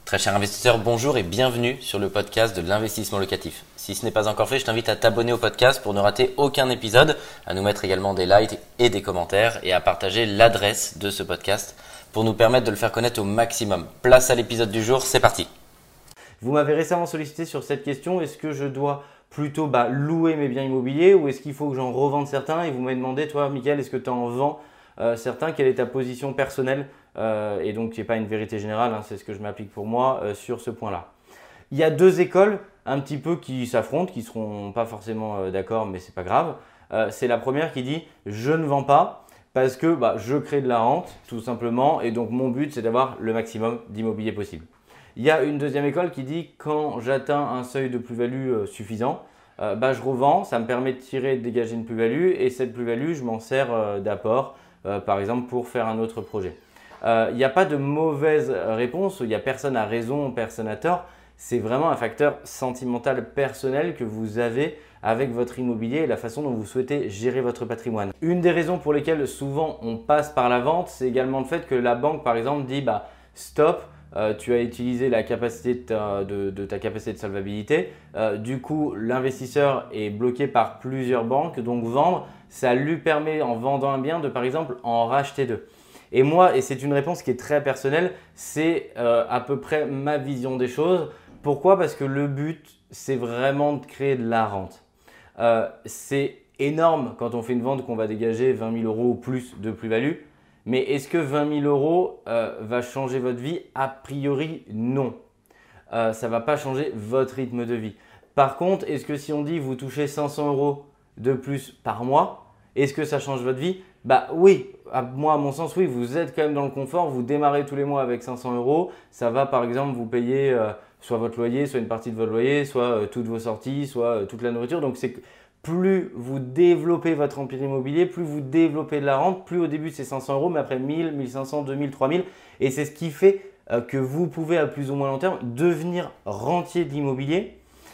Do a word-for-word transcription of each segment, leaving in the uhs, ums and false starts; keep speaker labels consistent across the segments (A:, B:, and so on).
A: Très cher investisseur, bonjour et bienvenue sur le podcast de l'investissement locatif. Si ce n'est pas encore fait, je t'invite à t'abonner au podcast pour ne rater aucun épisode, à nous mettre également des likes et des commentaires et à partager l'adresse de ce podcast pour nous permettre de le faire connaître au maximum. Place à l'épisode du jour, c'est parti.
B: Vous m'avez récemment sollicité sur cette question, est-ce que je dois plutôt bah, louer mes biens immobiliers ou est-ce qu'il faut que j'en revende certains? Et vous m'avez demandé, toi Mickaël, est-ce que tu en vends euh, certains? Quelle est ta position personnelle? euh, Et donc, ce n'est pas une vérité générale, hein, c'est ce que je m'applique pour moi euh, sur ce point-là. Il y a deux écoles un petit peu qui s'affrontent, qui ne seront pas forcément euh, d'accord, mais ce n'est pas grave. Euh, c'est la première qui dit « je ne vends pas ». Parce que bah, je crée de la rente, tout simplement, et donc mon but, c'est d'avoir le maximum d'immobilier possible. Il y a une deuxième école qui dit quand j'atteins un seuil de plus-value euh, suffisant, euh, bah, je revends, ça me permet de tirer, de dégager une plus-value, et cette plus-value, je m'en sers euh, d'apport, euh, par exemple, pour faire un autre projet. Euh, il n'y a pas de mauvaise réponse, il n'y a personne à raison, personne à tort. C'est vraiment un facteur sentimental personnel que vous avez avec votre immobilier et la façon dont vous souhaitez gérer votre patrimoine. Une des raisons pour lesquelles souvent on passe par la vente, c'est également le fait que la banque par exemple dit bah, stop, euh, tu as utilisé la capacité de ta, de, de ta capacité de solvabilité. Euh, du coup, l'investisseur est bloqué par plusieurs banques, donc vendre, ça lui permet en vendant un bien de par exemple en racheter deux. Et moi, et c'est une réponse qui est très personnelle, c'est euh, à peu près ma vision des choses. Pourquoi? Parce que le but, c'est vraiment de créer de la rente. Euh, c'est énorme quand on fait une vente qu'on va dégager vingt mille euros ou plus de plus-value. Mais est-ce que vingt mille euros euh, va changer votre vie? A priori, non. Euh, ça ne va pas changer votre rythme de vie. Par contre, est-ce que si on dit vous touchez cinq cents euros de plus par mois, est-ce que ça change votre vie? Bah oui, à, moi à mon sens, oui, vous êtes quand même dans le confort. Vous démarrez tous les mois avec cinq cents euros. Ça va par exemple vous payer euh, soit votre loyer, soit une partie de votre loyer, soit euh, toutes vos sorties, soit euh, toute la nourriture. Donc c'est que plus vous développez votre empire immobilier, plus vous développez de la rente, plus au début c'est cinq cents euros, mais après mille, mille cinq cents, deux mille, trois mille. Et c'est ce qui fait euh, que vous pouvez à plus ou moins long terme devenir rentier de l'immobilier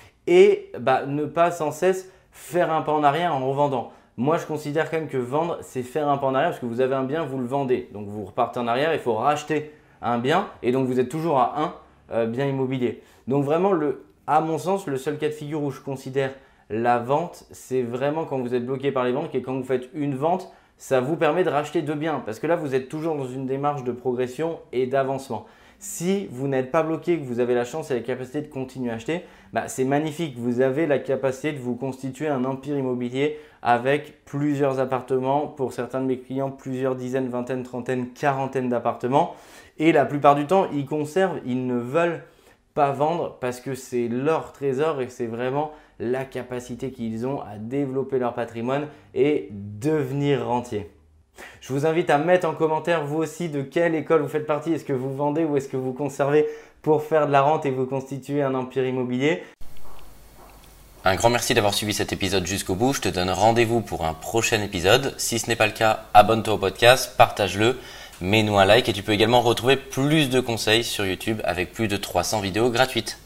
B: et bah, ne pas sans cesse faire un pas en arrière en revendant. Moi, je considère quand même que vendre, c'est faire un pas en arrière parce que vous avez un bien, vous le vendez. Donc, vous repartez en arrière, il faut racheter un bien et donc vous êtes toujours à un euh, bien immobilier. Donc, vraiment, le, à mon sens, le seul cas de figure où je considère la vente, c'est vraiment quand vous êtes bloqué par les banques et quand vous faites une vente, ça vous permet de racheter deux biens parce que là, vous êtes toujours dans une démarche de progression et d'avancement. Si vous n'êtes pas bloqué, que vous avez la chance et la capacité de continuer à acheter, bah, c'est magnifique. Vous avez la capacité de vous constituer un empire immobilier avec plusieurs appartements. Pour certains de mes clients, plusieurs dizaines, vingtaines, trentaines, quarantaines d'appartements. Et la plupart du temps, ils conservent, ils ne veulent pas vendre parce que c'est leur trésor et c'est vraiment la capacité qu'ils ont à développer leur patrimoine et devenir rentier. Je vous invite à mettre en commentaire vous aussi de quelle école vous faites partie. Est-ce que vous vendez ou est-ce que vous conservez pour faire de la rente et vous constituer un empire immobilier?
A: Un grand merci d'avoir suivi cet épisode jusqu'au bout. Je te donne rendez-vous pour un prochain épisode. Si ce n'est pas le cas, abonne-toi au podcast, partage-le, mets-nous un like et tu peux également retrouver plus de conseils sur YouTube avec plus de trois cents vidéos gratuites.